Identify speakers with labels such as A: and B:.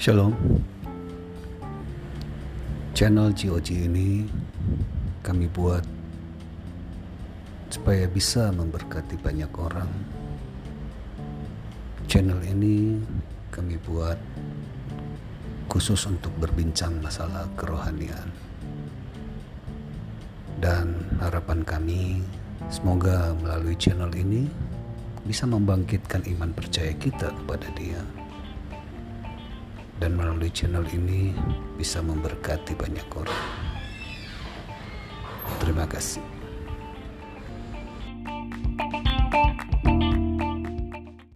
A: Shalom. Channel GOG ini kami buat supaya bisa memberkati banyak orang. Channel ini kami buat khusus untuk berbincang masalah kerohanian. Dan harapan kami semoga melalui channel ini bisa membangkitkan iman percaya kita kepada Dia. Dan melalui channel ini bisa memberkati banyak orang. Terima kasih.